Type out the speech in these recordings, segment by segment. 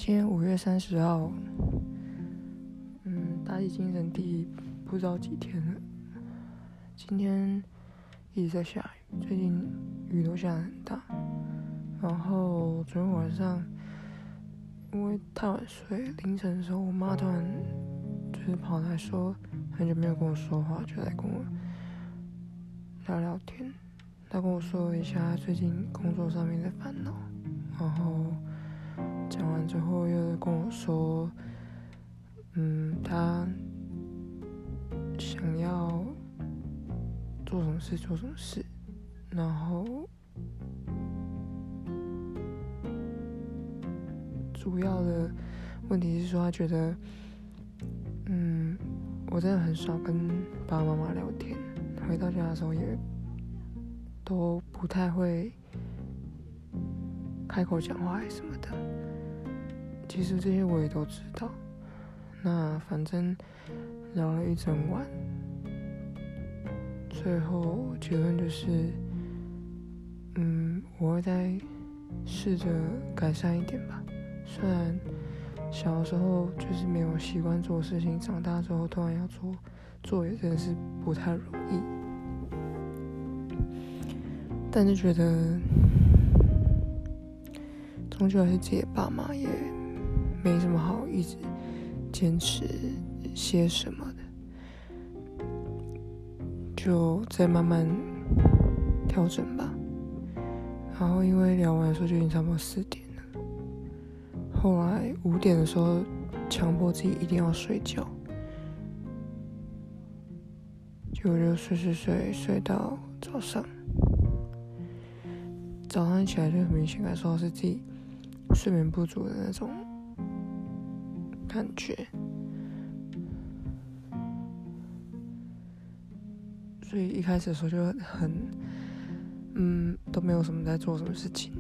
今天5月30号，打起精神第不知道几天了。今天一直在下雨，最近雨都下得很大。然后昨天晚上因为太晚睡，凌晨的时候我妈突然就是跑来说很久没有跟我说话，就来跟我聊聊天。她跟我说了一下最近工作上面的烦恼，然后讲完之后又跟我说，他想要做什么事，然后主要的问题是说他觉得，我真的很少跟爸爸妈妈聊天，回到家的时候也都不太会开口讲话还是什么的。其实这些我也都知道。那反正聊了一整晚，最后结论就是，我会再试着改善一点吧。虽然小的时候就是没有习惯做事情，长大之后突然要做也真的是不太容易。但是觉得终究还是自己的爸妈，也没什么好一直坚持些什么的，就再慢慢调整吧。然后因为聊完的时候就已经差不多4点了，后来5点的时候强迫自己一定要睡觉，结果就睡到早上起来就很明显感受到是自己睡眠不足的那种感觉，所以一开始的时候就很都没有什么在做什么事情。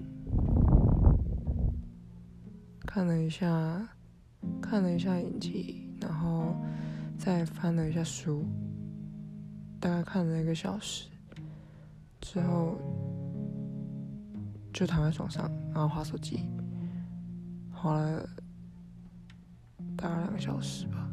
看了一下影集，然后再翻了一下书，大概看了1个小时之后就躺在床上，然后滑手机，滑了大概2个小时吧。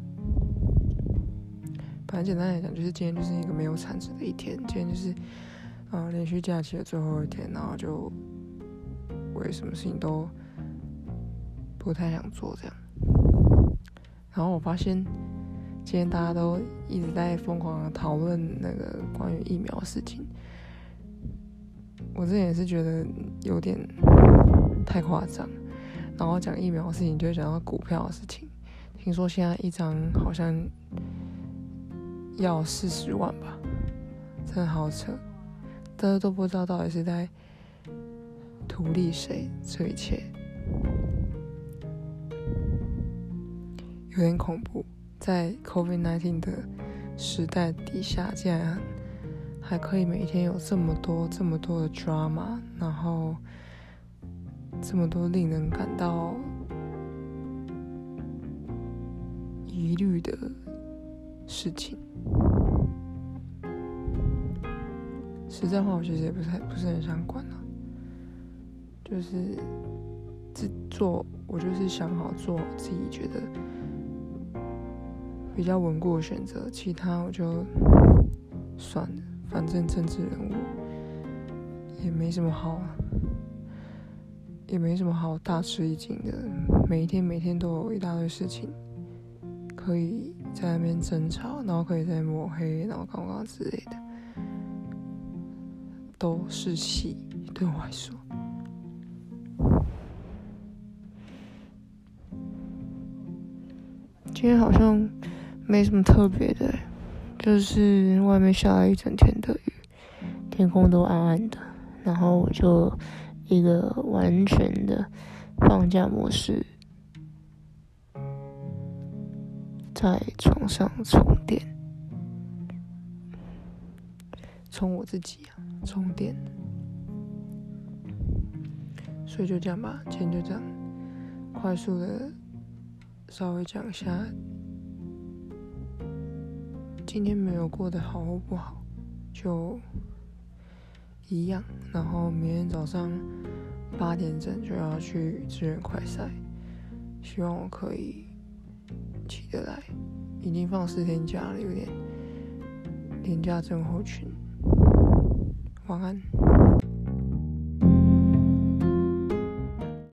反正简单来讲，就是今天就是一个没有产值的一天。今天就是连续假期的最后一天，然后就为什么事情都不太想做这样。然后我发现今天大家都一直在疯狂的讨论那个关于疫苗的事情，我之前也是觉得有点太夸张。然后讲疫苗的事情就会讲到股票的事情，听说现在一张好像要40万吧，真的好扯。大家都不知道到底是在图利谁，这一切有点恐怖。在 COVID-19 的时代底下，竟然还可以每天有这么多的 drama， 然后这么多令人感到疑虑的事情。实在话，我其实也不是很想管啊，就是我就是想好做自己觉得比较稳固的选择，其他我就算了，反正政治人物也没什么好大吃一惊的，每天都有一大堆事情可以在那边争吵，然后可以在抹黑，然后干嘛之类的，都是戏，对我来说。今天好像没什么特别的，就是外面下了一整天的雨，天空都暗暗的，然后我就一个完全的放假模式，在床上充电，充我自己充电。所以就这样吧，今天就这样快速的稍微讲一下今天没有过得好或不好，就一样。然后明天早上8点整就要去支援快筛， 希望我可以起得来。已经放4天假了，有点连假症候群。晚安。